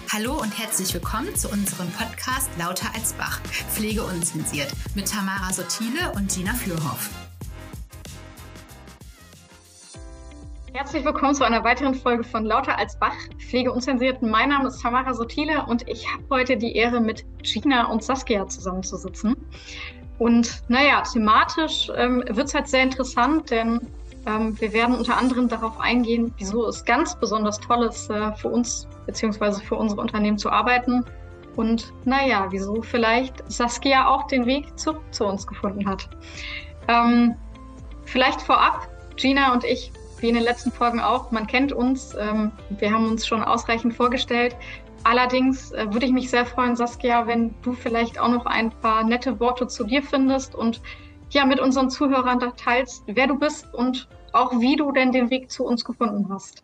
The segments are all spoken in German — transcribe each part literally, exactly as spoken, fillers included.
Hallo und herzlich willkommen zu unserem Podcast Lauter als Bach, Pflege unzensiert mit Tamara Sottile und Gina Fürhoff. Herzlich willkommen zu einer weiteren Folge von Lauter als Bach, Pflege unzensiert. Mein Name ist Tamara Sottile und ich habe heute die Ehre, mit Gina und Saskia zusammenzusitzen. Und naja, thematisch ähm, wird es halt sehr interessant, denn ähm, wir werden unter anderem darauf eingehen, wieso es ganz besonders toll ist, äh, für uns bzw. für unsere Unternehmen zu arbeiten. Und naja, wieso vielleicht Saskia auch den Weg zurück zu uns gefunden hat. Ähm, vielleicht vorab, Gina und ich, wie in den letzten Folgen auch, man kennt uns, ähm, wir haben uns schon ausreichend vorgestellt. Allerdings äh, würde ich mich sehr freuen, Saskia, wenn du vielleicht auch noch ein paar nette Worte zu dir findest und ja mit unseren Zuhörern da teilst, wer du bist und auch wie du denn den Weg zu uns gefunden hast.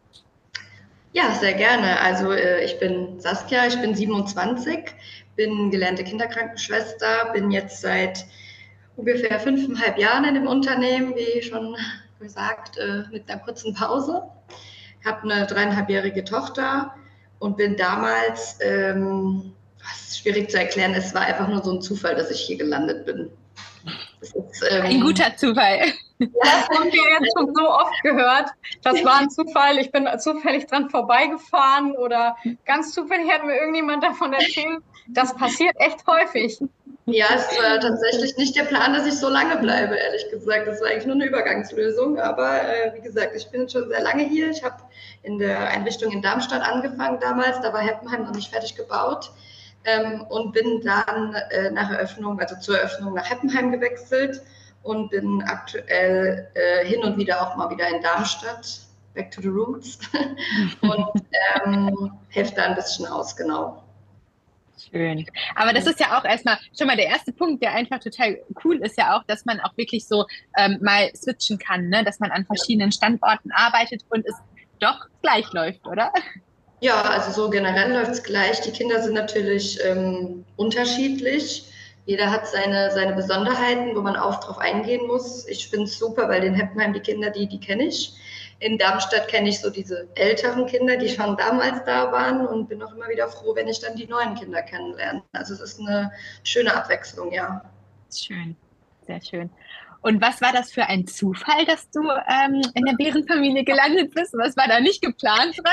Ja, sehr gerne. Also äh, ich bin Saskia, ich bin siebenundzwanzig, bin gelernte Kinderkrankenschwester, bin jetzt seit ungefähr fünfeinhalb Jahren in dem Unternehmen, wie schon gesagt, äh, mit einer kurzen Pause. Habe eine dreieinhalbjährige Tochter und bin damals, ähm, was ist schwierig zu erklären, es war einfach nur so ein Zufall, dass ich hier gelandet bin. Das ist, ähm, ein guter Zufall. Das haben wir jetzt schon so oft gehört. Das war ein Zufall. Ich bin zufällig dran vorbeigefahren oder ganz zufällig hat mir irgendjemand davon erzählt. Das passiert echt häufig. Ja, es war tatsächlich nicht der Plan, dass ich so lange bleibe, ehrlich gesagt. Das war eigentlich nur eine Übergangslösung. Aber äh, wie gesagt, ich bin schon sehr lange hier. Ich habe in der Einrichtung in Darmstadt angefangen damals. Da war Heppenheim noch nicht fertig gebaut. Ähm, und bin dann äh, nach Eröffnung, also zur Eröffnung nach Heppenheim gewechselt und bin aktuell äh, hin und wieder auch mal wieder in Darmstadt, back to the roots, und ähm, helfe da ein bisschen aus, genau. Schön. Aber das ist ja auch erstmal schon mal der erste Punkt, der einfach total cool ist, ja auch, dass man auch wirklich so ähm, mal switchen kann, ne? Dass man an verschiedenen Standorten arbeitet und es doch gleich läuft, oder? Ja, also so generell läuft es gleich. Die Kinder sind natürlich ähm, unterschiedlich. Jeder hat seine, seine Besonderheiten, wo man auch drauf eingehen muss. Ich finde es super, weil in Heppenheim die Kinder, die, die kenne ich. In Darmstadt kenne ich so diese älteren Kinder, die schon damals da waren und bin auch immer wieder froh, wenn ich dann die neuen Kinder kennenlerne. Also es ist eine schöne Abwechslung, ja. Schön, sehr schön. Und was war das für ein Zufall, dass du ähm, in der Bärenfamilie gelandet bist? Was war da nicht geplant dran?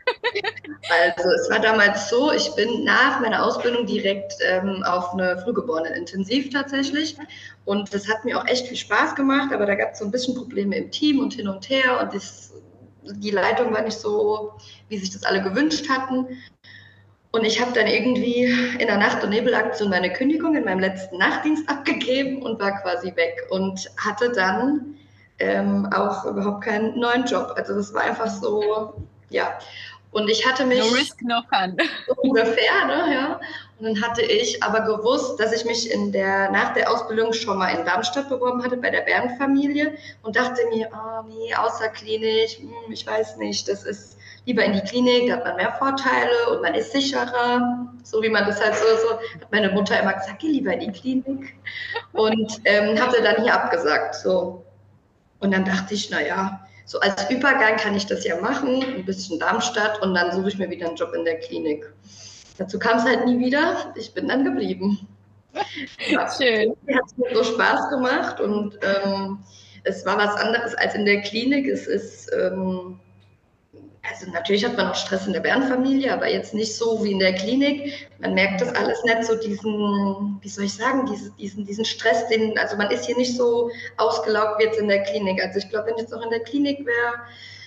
Also es war damals so, ich bin nach meiner Ausbildung direkt ähm, auf eine Frühgeborenenintensiv tatsächlich und das hat mir auch echt viel Spaß gemacht, aber da gab es so ein bisschen Probleme im Team und hin und her und das, die Leitung war nicht so, wie sich das alle gewünscht hatten. Und ich habe dann irgendwie in der Nacht- und Nebelaktion meine Kündigung in meinem letzten Nachtdienst abgegeben und war quasi weg und hatte dann ähm, auch überhaupt keinen neuen Job. Also das war einfach so, ja. Und ich hatte mich... No risk, no fun. Ungefähr, ne, ja. Und dann hatte ich aber gewusst, dass ich mich in der, nach der Ausbildung schon mal in Darmstadt beworben hatte, bei der Bärenfamilie und dachte mir, oh nee, außerklinisch, hm, ich weiß nicht, das ist lieber in die Klinik, da hat man mehr Vorteile und man ist sicherer, so wie man das halt so, so hat meine Mutter immer gesagt, geh lieber in die Klinik und ähm, hatte dann hier abgesagt, so. Und dann dachte ich, naja, so als Übergang kann ich das ja machen, ein bisschen Darmstadt und dann suche ich mir wieder einen Job in der Klinik. Dazu kam es halt nie wieder. Ich bin dann geblieben. Ja, schön. Hat es mir so Spaß gemacht und ähm, es war was anderes als in der Klinik. Es ist, ähm, also natürlich hat man auch Stress in der Bärenfamilie, aber jetzt nicht so wie in der Klinik. Man merkt das alles nicht, so diesen, wie soll ich sagen, diesen, diesen, diesen Stress, den, also man ist hier nicht so ausgelaugt wie jetzt in der Klinik. Also ich glaube, wenn ich jetzt auch in der Klinik wäre,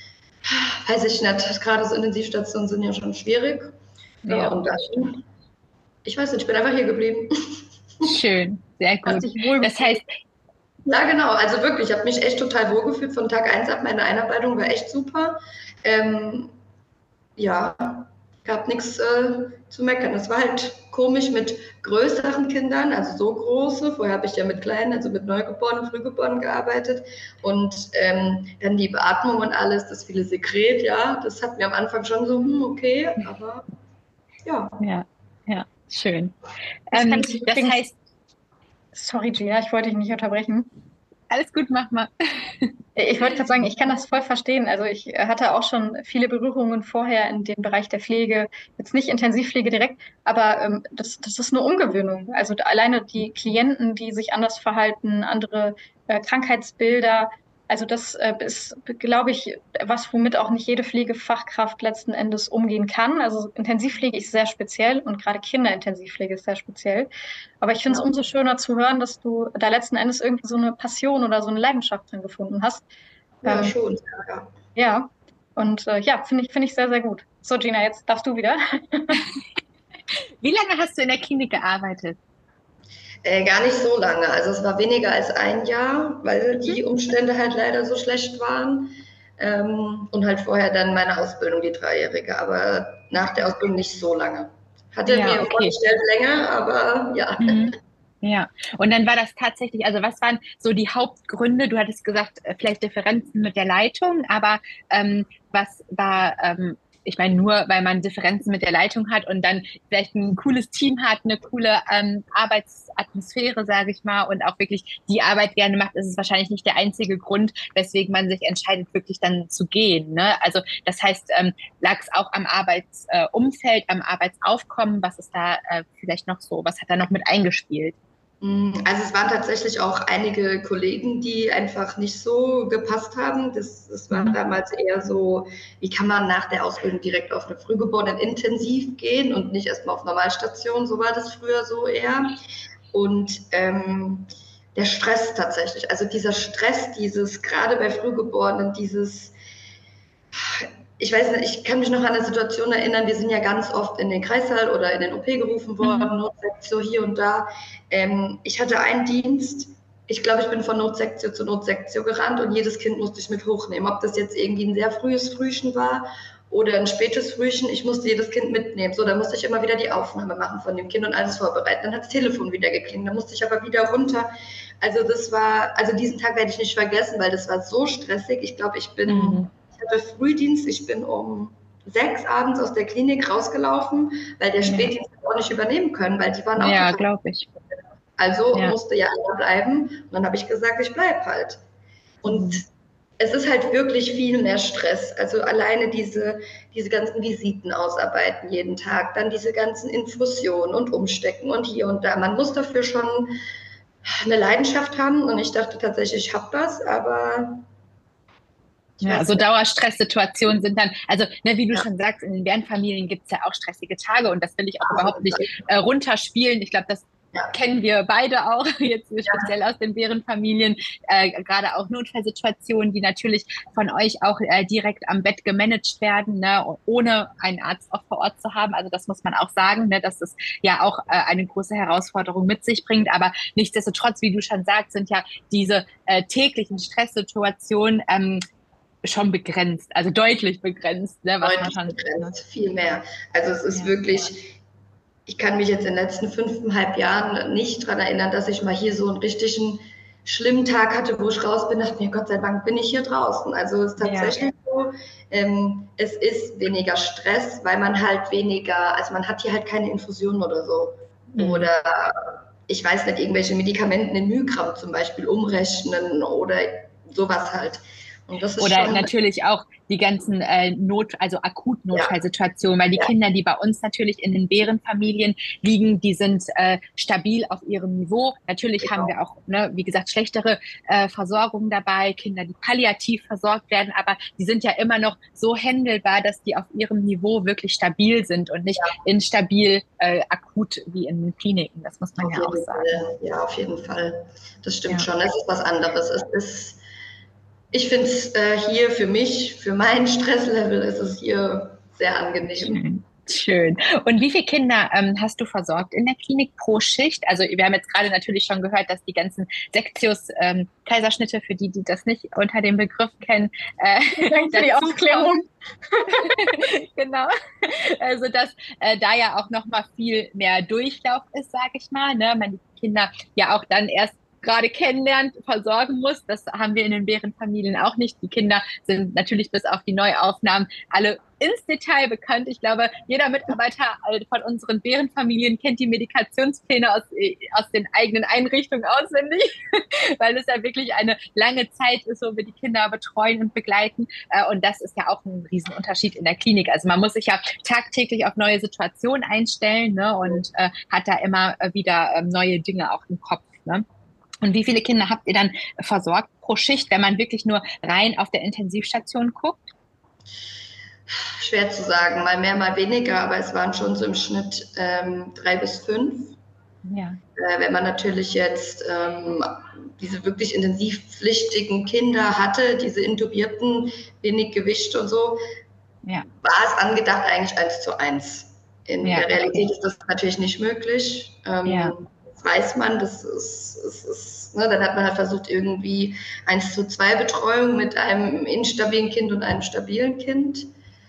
weiß ich nicht, gerade so Intensivstationen sind ja schon schwierig. Ja, ja, und dann, ich weiß nicht, ich bin einfach hier geblieben. Schön, sehr gut. Das heißt, ja, genau, also wirklich, ich habe mich echt total wohlgefühlt von Tag eins ab. Meine Einarbeitung war echt super. Ähm, ja, gab nichts äh, zu meckern. Es war halt komisch mit größeren Kindern, also so große. Vorher habe ich ja mit kleinen, also mit Neugeborenen, Frühgeborenen gearbeitet. Und ähm, dann die Beatmung und alles, das viele Sekret, ja, das hat mir am Anfang schon so, hm, okay, aber ja. Ja, ja, schön. Das, ähm, das heißt, sorry, Gina, ich wollte dich nicht unterbrechen. Alles gut, mach mal. Ich wollte gerade sagen, ich kann das voll verstehen. Also ich äh, hatte auch schon viele Berührungen vorher in dem Bereich der Pflege, jetzt nicht Intensivpflege direkt, aber ähm, das, das ist eine Umgewöhnung. Also alleine die Klienten, die sich anders verhalten, andere äh, Krankheitsbilder. Also das äh, ist, glaube ich, was, womit auch nicht jede Pflegefachkraft letzten Endes umgehen kann. Also Intensivpflege ist sehr speziell und gerade Kinderintensivpflege ist sehr speziell. Aber ich finde es Ja, umso schöner zu hören, dass du da letzten Endes irgendwie so eine Passion oder so eine Leidenschaft drin gefunden hast. ja Ähm, schon. Ja. ja, und äh, ja, finde ich, finde ich sehr, sehr gut. So, Gina, jetzt darfst du wieder. Wie lange hast du in der Klinik gearbeitet? Äh, gar nicht so lange. Also es war weniger als ein Jahr, weil die Umstände halt leider so schlecht waren. Ähm, und halt vorher dann meine Ausbildung, die dreijährige, aber nach der Ausbildung nicht so lange. Hatte Ja, mir okay. vorgestellt länger, aber ja. Mhm. Ja, und dann war das tatsächlich, also was waren so die Hauptgründe? Du hattest gesagt, äh, vielleicht Differenzen mit der Leitung, aber ähm, was war, ähm, ich meine, nur weil man Differenzen mit der Leitung hat und dann vielleicht ein cooles Team hat, eine coole ähm, Arbeitsatmosphäre, sage ich mal, und auch wirklich die Arbeit gerne macht, ist es wahrscheinlich nicht der einzige Grund, weswegen man sich entscheidet, wirklich dann zu gehen. Ne? Also das heißt, ähm, lag es auch am Arbeitsumfeld, am Arbeitsaufkommen? Was ist da äh, vielleicht noch so? Was hat da noch mit eingespielt? Also es waren tatsächlich auch einige Kollegen, die einfach nicht so gepasst haben. Das, das war Mhm. damals eher so, wie kann man nach der Ausbildung direkt auf eine Frühgeborenen-Intensiv gehen und nicht erstmal auf Normalstation. So war das früher so eher. Und ähm, der Stress tatsächlich, also dieser Stress, dieses, gerade bei Frühgeborenen, dieses, ich weiß nicht, ich kann mich noch an eine Situation erinnern, wir sind ja ganz oft in den Kreissaal oder in den O P gerufen worden, Mhm. Notsektion hier und da. Ähm, ich hatte einen Dienst, ich glaube, ich bin von Notsektion zu Notsektion gerannt und jedes Kind musste ich mit hochnehmen. Ob das jetzt irgendwie ein sehr frühes Frühchen war oder ein spätes Frühchen, ich musste jedes Kind mitnehmen. So, da musste ich immer wieder die Aufnahme machen von dem Kind und alles vorbereiten. Dann hat das Telefon wieder geklingelt, dann musste ich aber wieder runter. Also das war, also diesen Tag werde ich nicht vergessen, weil das war so stressig. Ich glaube, ich bin... Mhm. Ich hatte Frühdienst, ich bin um sechs abends aus der Klinik rausgelaufen, weil der Ja, Spätdienst auch nicht übernehmen können, weil die waren auch ja, total. glaube ich. Also Ja. musste ja einer bleiben. Und dann habe ich gesagt, ich bleibe halt. Und Mhm. es ist halt wirklich viel mehr Stress. Also alleine diese, diese ganzen Visiten ausarbeiten jeden Tag, dann diese ganzen Infusionen und Umstecken und hier und da. Man muss dafür schon eine Leidenschaft haben und ich dachte tatsächlich, ich habe das, aber ich Ja, weiß also nicht. Dauerstresssituationen sind dann, also ne, wie du Ja, schon sagst, in den Bärenfamilien gibt es ja auch stressige Tage und das will ich auch auf überhaupt jeden nicht Fall. äh, runterspielen. Ich glaube, das Ja, kennen wir beide auch, jetzt ja, speziell aus den Bärenfamilien, äh, gerade auch Notfallsituationen, die natürlich von euch auch äh, direkt am Bett gemanagt werden, ne, ohne einen Arzt auch vor Ort zu haben. Also das muss man auch sagen, ne, dass es ja auch äh, eine große Herausforderung mit sich bringt. Aber nichtsdestotrotz, wie du schon sagst, sind ja diese äh, täglichen Stresssituationen ähm, schon begrenzt, also deutlich begrenzt, ne, was man deutlich schon. Ne? begrenzt, viel mehr. Also es ist Ja. wirklich, ich kann mich jetzt in den letzten fünfeinhalb Jahren nicht daran erinnern, dass ich mal hier so einen richtigen schlimmen Tag hatte, wo ich raus bin, dachte mir, Gott sei Dank bin ich hier draußen. Also es ist Ja. tatsächlich so, ähm, es ist weniger Stress, weil man halt weniger, also man hat hier halt keine Infusion oder so. Mhm. Oder ich weiß nicht, irgendwelche Medikamenten in Mygramm zum Beispiel umrechnen oder sowas halt. Und das ist Oder schon, natürlich auch die ganzen äh, Not, also ja, Akutnotfallsituationen, weil die ja, Kinder, die bei uns natürlich in den Bärenfamilien liegen, die sind äh, stabil auf ihrem Niveau. Natürlich haben genau. wir auch, ne, wie gesagt, schlechtere äh, Versorgung dabei, Kinder, die palliativ versorgt werden, aber die sind ja immer noch so händelbar, dass die auf ihrem Niveau wirklich stabil sind und nicht instabil äh, akut wie in den Kliniken. Das muss man Auf ja auch jeden sagen. Fall, ja, auf jeden Fall. Das stimmt Ja. schon. Es ist was anderes. Es ist, ich finde es äh, hier für mich, für mein Stresslevel ist es hier sehr angenehm. Schön. Schön. Und wie viele Kinder ähm, hast du versorgt in der Klinik pro Schicht? Also wir haben jetzt gerade natürlich schon gehört, dass die ganzen Sektius ähm, Kaiserschnitte, für die, die das nicht unter dem Begriff kennen, äh, Danke für die dazu Aufklärung. genau. Also dass äh, da ja auch noch mal viel mehr Durchlauf ist, sage ich mal. Ne? Man die Kinder ja auch dann erst gerade kennenlernt, versorgen muss. Das haben wir in den Bärenfamilien auch nicht. Die Kinder sind natürlich bis auf die Neuaufnahmen alle ins Detail bekannt. Ich glaube, jeder Mitarbeiter von unseren Bärenfamilien kennt die Medikationspläne aus, aus den eigenen Einrichtungen auswendig, weil es ja wirklich eine lange Zeit ist, wo wir die Kinder betreuen und begleiten. Und das ist ja auch ein Riesenunterschied in der Klinik. Also man muss sich ja tagtäglich auf neue Situationen einstellen, ne, und äh, hat da immer wieder ähm, neue Dinge auch im Kopf. Ne? Und wie viele Kinder habt ihr dann versorgt pro Schicht, wenn man wirklich nur rein auf der Intensivstation guckt? Schwer zu sagen, mal mehr, mal weniger, aber es waren schon so im Schnitt ähm, drei bis fünf. Ja. Äh, wenn man natürlich jetzt ähm, diese wirklich intensivpflichtigen Kinder hatte, diese intubierten, wenig Gewicht und so, ja. war es angedacht eigentlich eins zu eins. In ja, der Realität okay. ist das natürlich nicht möglich. Ähm, ja. Das weiß man, das ist, ist, ist ne, dann hat man halt versucht, irgendwie eins zu zwei Betreuung mit einem instabilen Kind und einem stabilen Kind.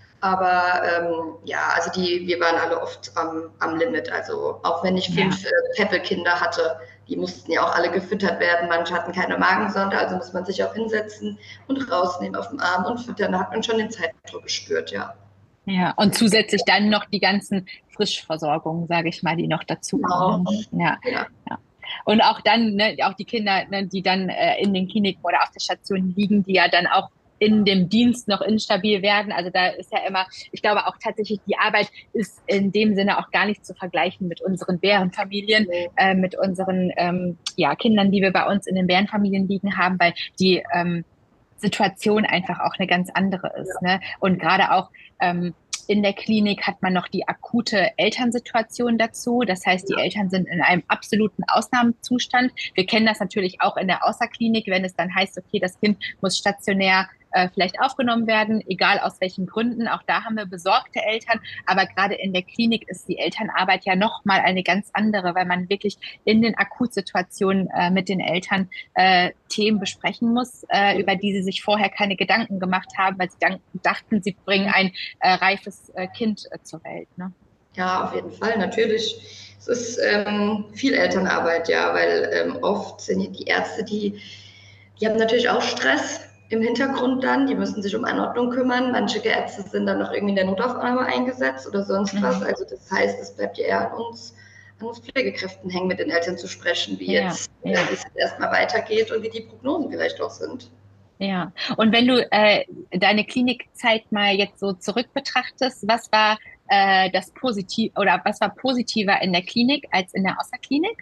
Aber ähm, ja, also die, wir waren alle oft am, am Limit. Also auch wenn ich fünf ja. äh, Peppelkinder hatte, die mussten ja auch alle gefüttert werden. Manche hatten keine Magensonde, also muss man sich auch hinsetzen und rausnehmen auf dem Arm und füttern. Da hat man schon den Zeitdruck gespürt, ja. Ja, und zusätzlich dann noch die ganzen Frischversorgungen, sage ich mal, die noch dazu kommen. Genau. Ja, ja. ja. Und auch dann, ne, auch die Kinder, ne, die dann äh, in den Kliniken oder auf der Station liegen, die ja dann auch in dem Dienst noch instabil werden. Also da ist ja immer, ich glaube auch tatsächlich, die Arbeit ist in dem Sinne auch gar nicht zu vergleichen mit unseren Bärenfamilien, äh, mit unseren ähm, ja, Kindern, die wir bei uns in den Bärenfamilien liegen haben, weil die ähm, Situation einfach auch eine ganz andere ist. Ja. Ne? Und gerade auch ähm, in der Klinik hat man noch die akute Elternsituation dazu. Das heißt, die ja. Eltern sind in einem absoluten Ausnahmezustand. Wir kennen das natürlich auch in der Außerklinik, wenn es dann heißt, okay, das Kind muss stationär äh, vielleicht aufgenommen werden, egal aus welchen Gründen. Auch da haben wir besorgte Eltern. Aber gerade in der Klinik ist die Elternarbeit ja nochmal eine ganz andere, weil man wirklich in den Akutsituationen äh, mit den Eltern äh, Themen besprechen muss, äh, über die sie sich vorher keine Gedanken gemacht haben, weil sie dachten, sie bringen ein äh, reifes äh, Kind äh, zur Welt. Ne? Ja, auf jeden Fall, natürlich. Es ist ähm, viel Elternarbeit, ja, weil ähm, oft sind die Ärzte, die, die haben natürlich auch Stress im Hintergrund dann, die müssen sich um Anordnung kümmern. Manche Ärzte sind dann noch irgendwie in der Notaufnahme eingesetzt oder sonst mhm. was. Also das heißt, es bleibt ja eher an uns, an uns Pflegekräften hängen, mit den Eltern zu sprechen, wie ja, jetzt ja. Äh, wie es jetzt erstmal weitergeht und wie die Prognosen vielleicht auch sind. Ja, und wenn du äh, deine Klinikzeit mal jetzt so zurück betrachtest, was war äh, das Positiv oder was war positiver in der Klinik als in der Außerklinik?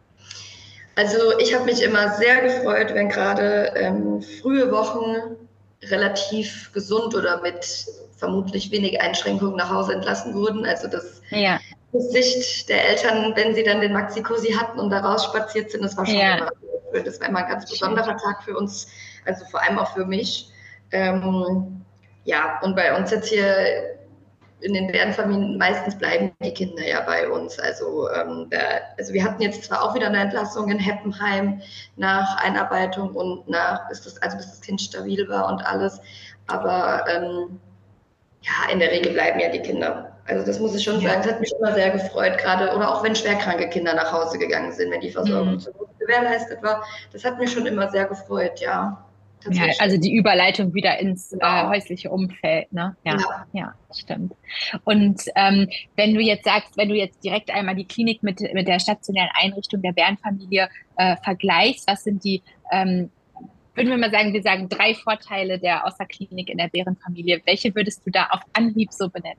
Also ich habe mich immer sehr gefreut, wenn gerade ähm, frühe Wochen relativ gesund oder mit vermutlich wenig Einschränkungen nach Hause entlassen wurden. Also das ja. Gesicht der Eltern, wenn sie dann den Maxi-Cosi hatten und da rausspaziert sind, das war schon ja. immer schön. Das war immer ein ganz besonderer Tag für uns, also vor allem auch für mich. Ähm, ja, und bei uns jetzt hier in den Bärenfamilien, meistens bleiben die Kinder ja bei uns. Also, ähm, der, also wir hatten jetzt zwar auch wieder eine Entlassung in Heppenheim nach Einarbeitung und nach, bis das, also bis das Kind stabil war und alles, aber ähm, ja, in der Regel bleiben ja die Kinder. Also das muss ich schon ja. sagen, das hat mich immer sehr gefreut, gerade, oder auch wenn schwerkranke Kinder nach Hause gegangen sind, wenn die Versorgung mhm. so gut gewährleistet war, das hat mich schon immer sehr gefreut, ja. Ja, also die Überleitung wieder ins genau. äh, häusliche Umfeld, ne? Ja, ja, ja stimmt. Und ähm, wenn du jetzt sagst, wenn du jetzt direkt einmal die Klinik mit, mit der stationären Einrichtung der Bärenfamilie äh, vergleichst, was sind die, ähm, würden wir mal sagen, wir sagen drei Vorteile der Außerklinik in der Bärenfamilie. Welche würdest du da auf Anhieb so benennen?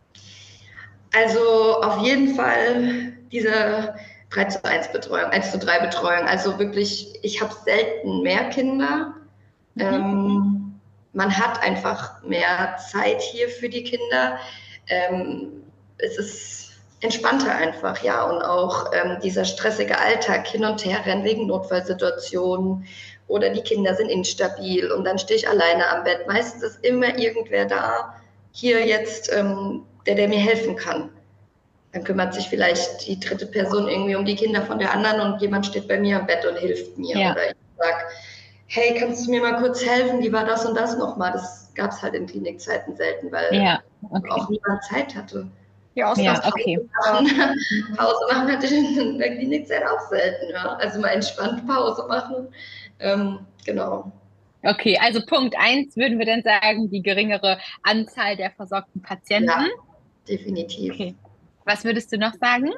Also auf jeden Fall diese drei zu eins Betreuung, eins zu drei Betreuung. Also wirklich, ich habe selten mehr Kinder. Mhm. Ähm, man hat einfach mehr Zeit hier für die Kinder. Ähm, es ist entspannter einfach, ja. Und auch ähm, dieser stressige Alltag, hin und her rennen wegen Notfallsituationen oder die Kinder sind instabil und dann stehe ich alleine am Bett. Meistens ist immer irgendwer da, hier jetzt, ähm, der, der mir helfen kann. Dann kümmert sich vielleicht die dritte Person irgendwie um die Kinder von der anderen und jemand steht bei mir am Bett und hilft mir. Ja. Oder ich sage, hey, kannst du mir mal kurz helfen, wie war das und das nochmal? Das gab es halt in Klinikzeiten selten, weil ja, okay. auch niemand Zeit hatte. Ja, ja okay. Pause machen, Pause machen hatte ich in der Klinikzeit auch selten. Ja. Also mal entspannt Pause machen. Ähm, genau. Okay, also Punkt eins würden wir dann sagen, die geringere Anzahl der versorgten Patienten. Ja, definitiv. Okay. Was würdest du noch sagen?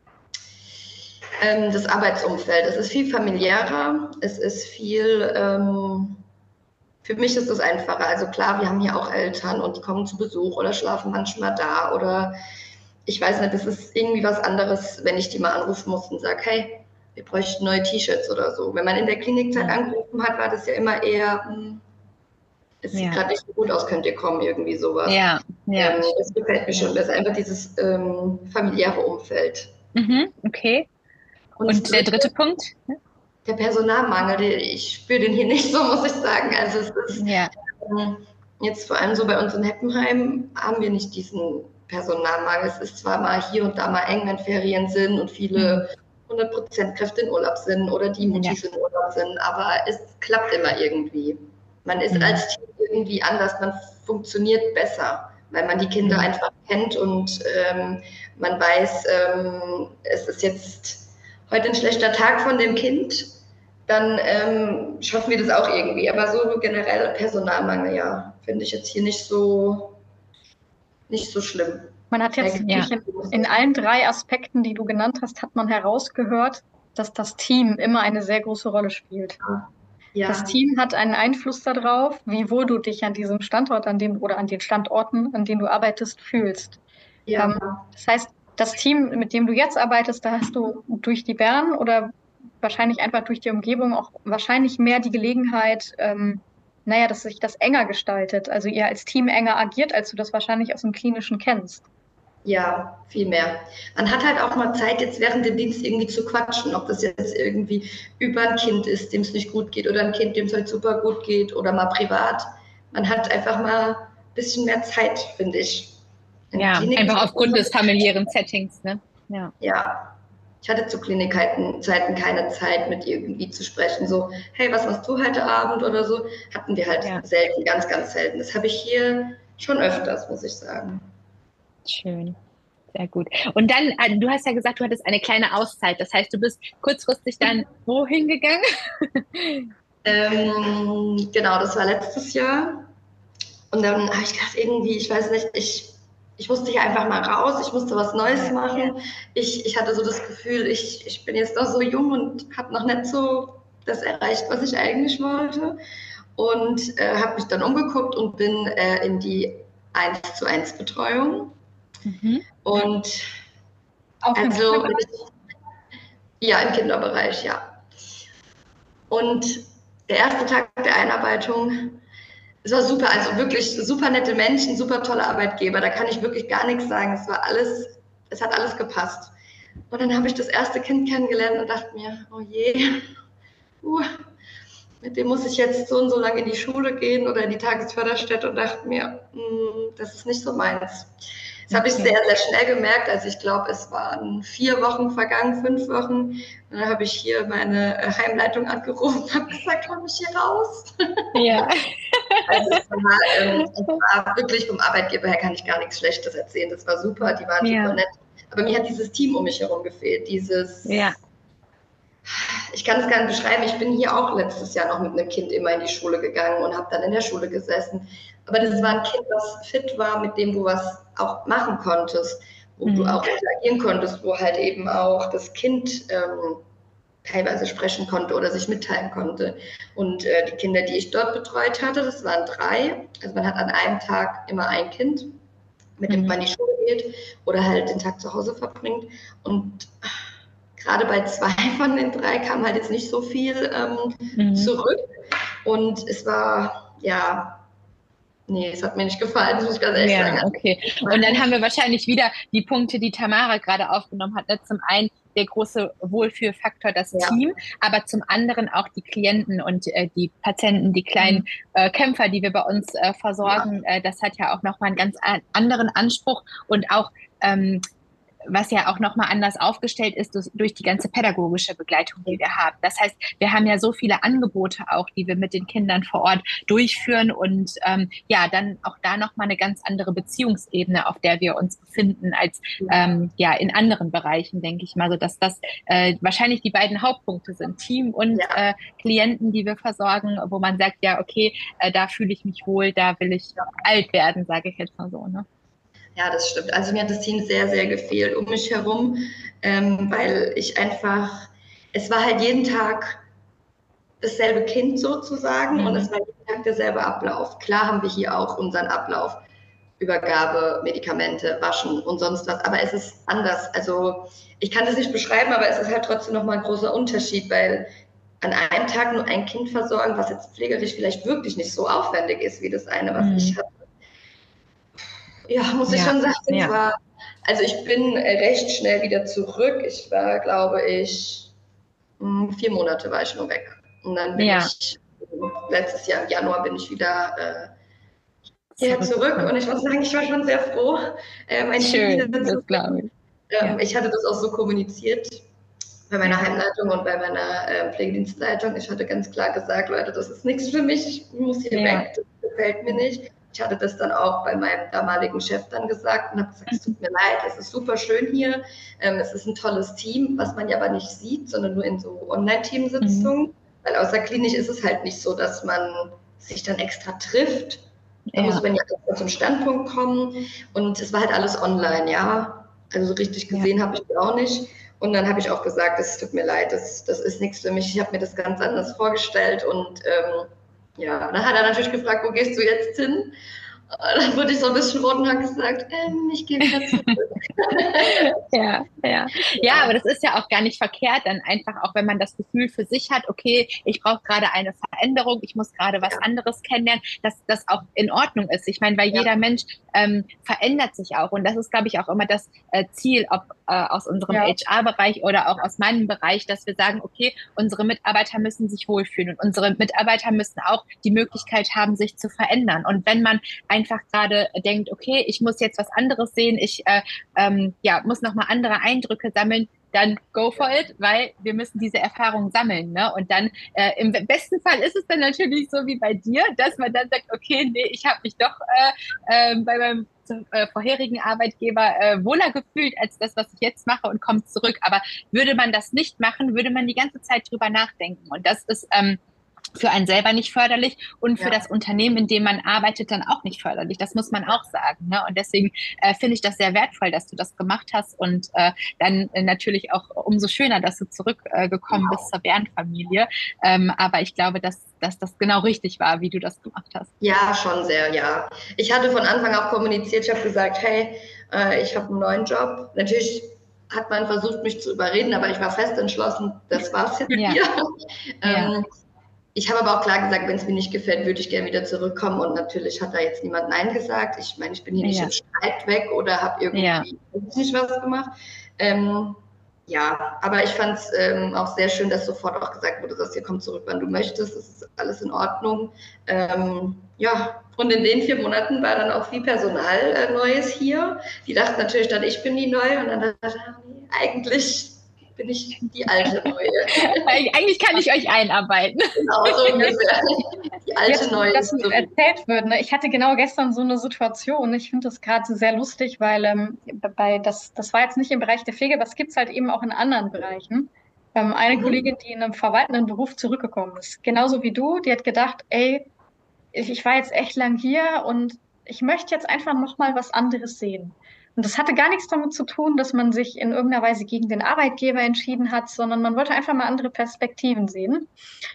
Ähm, das Arbeitsumfeld. Es ist viel familiärer. Es ist viel, ähm, für mich ist es einfacher. Also klar, wir haben hier auch Eltern und die kommen zu Besuch oder schlafen manchmal da oder ich weiß nicht, das ist irgendwie was anderes, wenn ich die mal anrufen muss und sage, hey, wir bräuchten neue T-Shirts oder so. Wenn man in der Klinikzeit angerufen hat, war das ja immer eher, hm, es sieht Ja. gerade nicht so gut aus, könnt ihr kommen, irgendwie sowas. Ja, ja. Ähm, das gefällt mir schon besser, einfach dieses ähm, familiäre Umfeld. Mhm, okay. Und, Und der dritte Punkt? Der Personalmangel, den- ich spüre den hier nicht so, muss ich sagen. Also es ist Ja. ähm, jetzt vor allem so bei uns in Heppenheim haben wir nicht diesen Personalmangel. Es ist zwar mal hier und da mal eng, wenn Ferien sind und viele hundert Prozent Kräfte in Urlaub sind oder die Mutis Ja. in Urlaub sind, aber es klappt immer irgendwie. Man ist Mhm. als Team irgendwie anders, man funktioniert besser, weil man die Kinder Mhm. einfach kennt und ähm, man weiß, ähm, es ist jetzt heute ein schlechter Tag von dem Kind, dann ähm, schaffen wir das auch irgendwie. Aber so generell Personalmangel, ja, finde ich jetzt hier nicht so, nicht so schlimm. Man hat jetzt Ja. wirklich in, in allen drei Aspekten, die du genannt hast, hat man herausgehört, dass das Team immer eine sehr große Rolle spielt. Ja, Das Team hat einen Einfluss darauf, wie wohl du dich an diesem Standort, an dem oder an den Standorten, an denen du arbeitest, fühlst. ja, Ähm, das heißt, das Team, mit dem du jetzt arbeitest, da hast du durch die Bern oder wahrscheinlich einfach durch die Umgebung auch wahrscheinlich mehr die Gelegenheit, ähm, naja, dass sich das enger gestaltet. Also ihr als Team enger agiert, als du das wahrscheinlich aus dem Klinischen kennst. ja, viel mehr. Man hat halt auch mal Zeit, jetzt während dem Dienst irgendwie zu quatschen, ob das jetzt irgendwie über ein Kind ist, dem es nicht gut geht, oder ein Kind, dem es halt super gut geht, oder mal privat. Man hat einfach mal ein bisschen mehr Zeit, finde ich. In Ja, Klinik einfach aufgrund des familiären Settings, ne? Ja. Ja, ich hatte zu Klinikzeiten keine Zeit, mit irgendwie zu sprechen. So, hey, was machst du heute Abend oder so? Hatten wir halt Ja. selten, ganz, ganz selten. Das habe ich hier schon öfters, muss ich sagen. Schön. Sehr gut. Und dann, äh, du hast ja gesagt, du hattest eine kleine Auszeit. Das heißt, du bist kurzfristig dann wohin gegangen? Ähm, genau, das war letztes Jahr. Und dann habe ich gedacht, irgendwie, ich weiß nicht, ich, ich musste hier einfach mal raus, ich musste was Neues machen. Ich, ich hatte so das Gefühl, ich, ich bin jetzt noch so jung und habe noch nicht so das erreicht, was ich eigentlich wollte. Und äh, habe mich dann umgeguckt und bin äh, in die eins zu eins Betreuung. Mhm. Und Auch im also, Kinderbereich? ja, im Kinderbereich, ja. Und der erste Tag der Einarbeitung, es war super, also wirklich super nette Menschen, super tolle Arbeitgeber, da kann ich wirklich gar nichts sagen. Es war alles, es hat alles gepasst. Und dann habe ich das erste Kind kennengelernt und dachte mir, oh je, uh, mit dem muss ich jetzt so und so lange in die Schule gehen oder in die Tagesförderstätte und dachte mir, mh, das ist nicht so meins. Das habe ich sehr, sehr schnell gemerkt. Also ich glaube, es waren vier Wochen vergangen, fünf Wochen. Und dann habe ich hier meine Heimleitung angerufen und habe gesagt, komm ich hier raus? Ja. Also es war, ähm, es war wirklich vom Arbeitgeber her kann ich gar nichts Schlechtes erzählen. Das war super, die waren Ja. super nett. Aber mir hat dieses Team um mich herum gefehlt. Dieses, Ja. ich kann es gar nicht beschreiben. Ich bin hier auch letztes Jahr noch mit einem Kind immer in die Schule gegangen und habe dann in der Schule gesessen. Aber das war ein Kind, was fit war, mit dem du was auch machen konntest, wo Mhm. du auch interagieren konntest, wo halt eben auch das Kind ähm, teilweise sprechen konnte oder sich mitteilen konnte. Und äh, die Kinder, die ich dort betreut hatte, das waren drei. Also man hat an einem Tag immer ein Kind, mit dem Mhm. man in die Schule geht oder halt den Tag zu Hause verbringt. Und gerade bei zwei von den drei kam halt jetzt nicht so viel ähm, Mhm. zurück. Und es war, ja, nee, es hat mir nicht gefallen, das muss ich ganz ehrlich Ja, sagen. okay. Und dann haben wir wahrscheinlich wieder die Punkte, die Tamara gerade aufgenommen hat. Ne? Zum einen der große Wohlfühlfaktor, das Ja. Team, aber zum anderen auch die Klienten und äh, die Patienten, die kleinen äh, Kämpfer, die wir bei uns äh, versorgen. Ja. Äh, das hat ja auch nochmal einen ganz a- anderen Anspruch und auch ähm, was ja auch nochmal anders aufgestellt ist durch, durch die ganze pädagogische Begleitung, die wir haben. Das heißt, wir haben ja so viele Angebote auch, die wir mit den Kindern vor Ort durchführen und ähm, ja, dann auch da nochmal eine ganz andere Beziehungsebene, auf der wir uns befinden, als ähm, ja in anderen Bereichen, denke ich mal, so dass das äh, wahrscheinlich die beiden Hauptpunkte sind, Team und ja. äh, Klienten, die wir versorgen, wo man sagt, ja, okay, äh, da fühle ich mich wohl, da will ich alt werden, sage ich jetzt mal so, ne? Ja, das stimmt. Also mir hat das Team sehr, sehr gefehlt um mich herum, ähm, weil ich einfach, es war halt jeden Tag dasselbe Kind sozusagen mhm. und es war jeden Tag derselbe Ablauf. Klar haben wir hier auch unseren Ablauf, Übergabe, Medikamente, Waschen und sonst was, aber es ist anders. Also ich kann das nicht beschreiben, aber es ist halt trotzdem nochmal ein großer Unterschied, weil an einem Tag nur ein Kind versorgen, was jetzt pflegerisch vielleicht wirklich nicht so aufwendig ist, wie das eine, was mhm. ich hatte. Ja, muss ich ja, schon sagen, ja. war, also ich bin recht schnell wieder zurück. Ich war, glaube ich, vier Monate war ich nur weg. Und dann bin ja. ich, letztes Jahr im Januar bin ich wieder äh, hierher zurück. Und ich muss sagen, ich war schon sehr froh. Äh, mein Schön, das glaube ich. Ähm, ja. Ich hatte das auch so kommuniziert bei meiner Heimleitung und bei meiner äh, Pflegedienstleitung. Ich hatte ganz klar gesagt, Leute, das ist nichts für mich, ich muss hier ja. weg, das gefällt mir nicht. Ich hatte das dann auch bei meinem damaligen Chef dann gesagt und habe gesagt, es tut mir leid, es ist super schön hier, ähm, es ist ein tolles Team, was man ja aber nicht sieht, sondern nur in so Online-Teamsitzungen, mhm. weil außerklinisch ist es halt nicht so, dass man sich dann extra trifft. Da ja. muss man ja zum Standpunkt kommen und es war halt alles online, ja, also so richtig gesehen ja. habe ich das auch nicht. Und dann habe ich auch gesagt, es tut mir leid, das, das ist nichts für mich, ich habe mir das ganz anders vorgestellt und ähm, ja, dann hat er natürlich gefragt, wo gehst du jetzt hin? Dann wurde ich so ein bisschen rot und habe gesagt, ähm, ich gehe wieder zurück. ja, ja. ja, aber das ist ja auch gar nicht verkehrt, dann einfach auch, wenn man das Gefühl für sich hat, okay, ich brauche gerade eine Veränderung, ich muss gerade was ja. anderes kennenlernen, dass das auch in Ordnung ist. Ich meine, weil ja. jeder Mensch ähm, verändert sich auch und das ist, glaube ich, auch immer das äh, Ziel, ob äh, aus unserem ja. H R-Bereich oder auch aus meinem Bereich, dass wir sagen, okay, unsere Mitarbeiter müssen sich wohlfühlen und unsere Mitarbeiter müssen auch die Möglichkeit haben, sich zu verändern. Und wenn man einfach gerade denkt, okay, ich muss jetzt was anderes sehen, ich äh, ähm, ja, muss nochmal andere Eindrücke sammeln, dann go for it, weil wir müssen diese Erfahrung sammeln. Ne? Und dann äh, im besten Fall ist es dann natürlich so wie bei dir, dass man dann sagt, okay, nee, ich habe mich doch äh, äh, bei meinem äh, vorherigen Arbeitgeber äh, wohler gefühlt als das, was ich jetzt mache und komme zurück. Aber würde man das nicht machen, würde man die ganze Zeit drüber nachdenken. Und das ist ähm, für einen selber nicht förderlich und für ja. das Unternehmen, in dem man arbeitet, dann auch nicht förderlich. Das muss man auch sagen. Ne? Und deswegen äh, finde ich das sehr wertvoll, dass du das gemacht hast und äh, dann äh, natürlich auch umso schöner, dass du zurückgekommen äh, bist zur Bärenfamilie. Ähm, aber ich glaube, dass, dass das genau richtig war, wie du das gemacht hast. Ja, schon sehr, ja. Ich hatte von Anfang auch kommuniziert, ich habe gesagt, hey, äh, ich habe einen neuen Job. Natürlich hat man versucht, mich zu überreden, aber ich war fest entschlossen, das war's jetzt ja. hier. Ja. ähm, Ich habe aber auch klar gesagt, wenn es mir nicht gefällt, würde ich gerne wieder zurückkommen. Und natürlich hat da jetzt niemand Nein gesagt. Ich meine, ich bin hier nicht ja. im Streit weg oder habe irgendwie ja. nicht was gemacht. Ähm, ja, aber ich fand es ähm, auch sehr schön, dass sofort auch gesagt wurde, dass ihr kommt zurück, wann du möchtest. Das ist alles in Ordnung. Ähm, ja, und in den vier Monaten war dann auch viel Personal äh, Neues hier. Die dachten natürlich dann, ich bin die Neue. Und dann dachte ich, nee, eigentlich bin ich die alte Neue. Eigentlich kann ich euch einarbeiten. Genau, so ungefähr. Die alte Jetzt, Neue. dass erzählt wird, ne? Ich hatte genau gestern so eine Situation. Ich finde das gerade sehr lustig, weil ähm, bei das, das war jetzt nicht im Bereich der Pflege, aber es gibt es halt eben auch in anderen Bereichen. Ähm, eine mhm. Kollegin, die in einem verwaltenden Beruf zurückgekommen ist, genauso wie du, die hat gedacht, ey, ich, ich war jetzt echt lang hier und ich möchte jetzt einfach nochmal was anderes sehen. Und das hatte gar nichts damit zu tun, dass man sich in irgendeiner Weise gegen den Arbeitgeber entschieden hat, sondern man wollte einfach mal andere Perspektiven sehen.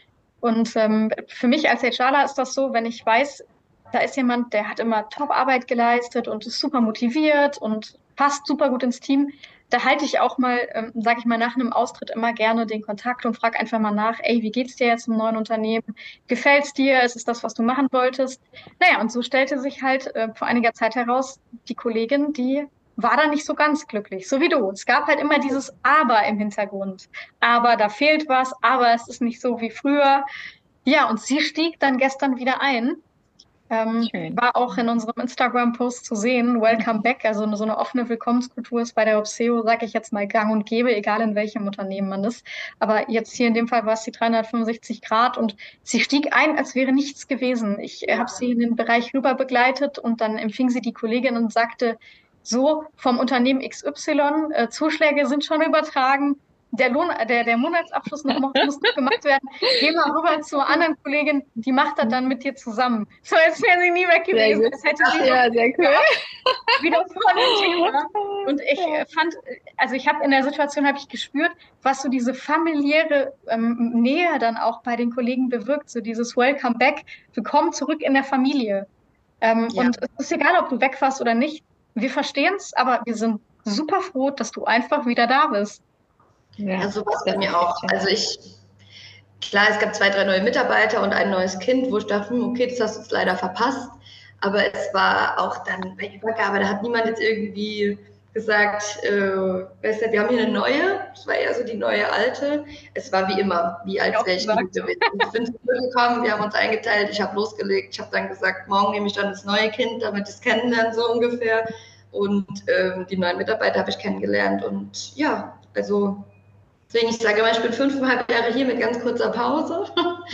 Und ähm, für mich als HRler ist das so, wenn ich weiß, da ist jemand, der hat immer Top-Arbeit geleistet und ist super motiviert und passt super gut ins Team, da halte ich auch mal, ähm, sage ich mal, nach einem Austritt immer gerne den Kontakt und frage einfach mal nach, ey, wie geht's dir jetzt im neuen Unternehmen? Gefällt's dir? Ist es das, was du machen wolltest? Naja, und so stellte sich halt äh, vor einiger Zeit heraus, die Kollegin, die war da nicht so ganz glücklich, so wie du. Es gab halt immer dieses Aber im Hintergrund. Aber da fehlt was, aber es ist nicht so wie früher. Ja, und sie stieg dann gestern wieder ein. Ähm, Schön. war auch in unserem Instagram-Post zu sehen, Welcome Back, also so eine offene Willkommenskultur ist bei der Obseo, sage ich jetzt mal, gang und gäbe, egal in welchem Unternehmen man ist. Aber jetzt hier in dem Fall war es die dreihundertfünfundsechzig Grad und sie stieg ein, als wäre nichts gewesen. Ich äh, habe sie in den Bereich rüber begleitet und dann empfing sie die Kollegin und sagte, so vom Unternehmen X Y, äh, Zuschläge sind schon übertragen, der Lohn, der, der Monatsabschluss noch, muss noch gemacht werden. Geh mal rüber zur anderen Kollegin, die macht das dann mit dir zusammen. So, als wäre sie nie weg gewesen. Das hätte sie ja, sehr cool. Wieder vor dem Thema. Und ich äh, fand, also ich habe in der Situation habe ich gespürt, was so diese familiäre ähm, Nähe dann auch bei den Kollegen bewirkt. So dieses Welcome Back, willkommen zurück in der Familie. Ähm, ja. Und es ist egal, ob du wegfährst oder nicht. Wir verstehen es, aber wir sind super froh, dass du einfach wieder da bist. Ja, ja, so war es bei mir auch. Also ich, klar, es gab zwei, drei neue Mitarbeiter und ein neues Kind, wo ich dachte, hm, okay, das hast du jetzt leider verpasst. Aber es war auch dann bei Übergabe, da hat niemand jetzt irgendwie gesagt, äh, weißt du, wir haben hier eine neue, das war eher so die neue alte. Es war wie immer, wie als wäre ich gewesen. Ich bin zurückgekommen, wir haben uns eingeteilt, ich habe losgelegt, ich habe dann gesagt, morgen nehme ich dann das neue Kind, damit ich es kennenlerne, so ungefähr. Und ähm, die neuen Mitarbeiter habe ich kennengelernt und ja, also deswegen, ich sage immer, ich bin fünfeinhalb Jahre hier mit ganz kurzer Pause.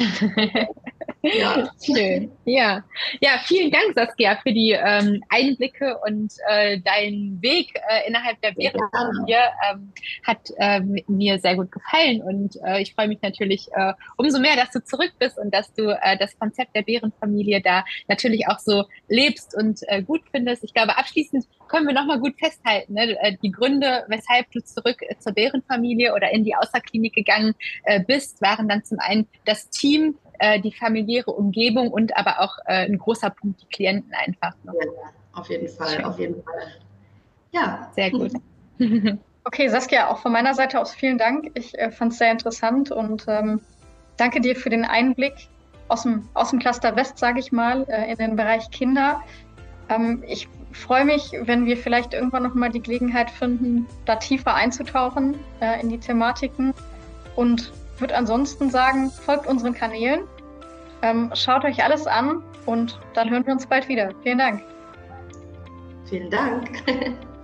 Ja. Schön. Ja. Ja, vielen Dank, Saskia, für die ähm, Einblicke und äh, deinen Weg äh, innerhalb der Bärenfamilie ähm, hat äh, mir sehr gut gefallen und äh, ich freue mich natürlich äh, umso mehr, dass du zurück bist und dass du äh, das Konzept der Bärenfamilie da natürlich auch so lebst und äh, gut findest. Ich glaube, abschließend können wir nochmal gut festhalten, ne? Die Gründe, weshalb du zurück äh, zur Bärenfamilie oder in die Außerklinik gegangen äh, bist, waren dann zum einen das Team, die familiäre Umgebung und aber auch äh, ein großer Punkt, die Klienten einfach. Noch. Ja, auf jeden Fall, Schön. auf jeden Fall. Ja. Sehr gut. Okay, Saskia, auch von meiner Seite aus vielen Dank. Ich äh, fand es sehr interessant und ähm, danke dir für den Einblick aus dem, aus dem Cluster West, sage ich mal, äh, in den Bereich Kinder. Ähm, ich freue mich, wenn wir vielleicht irgendwann nochmal die Gelegenheit finden, da tiefer einzutauchen äh, in die Thematiken und würde ansonsten sagen, folgt unseren Kanälen, ähm, schaut euch alles an und dann hören wir uns bald wieder. Vielen Dank. Vielen Dank.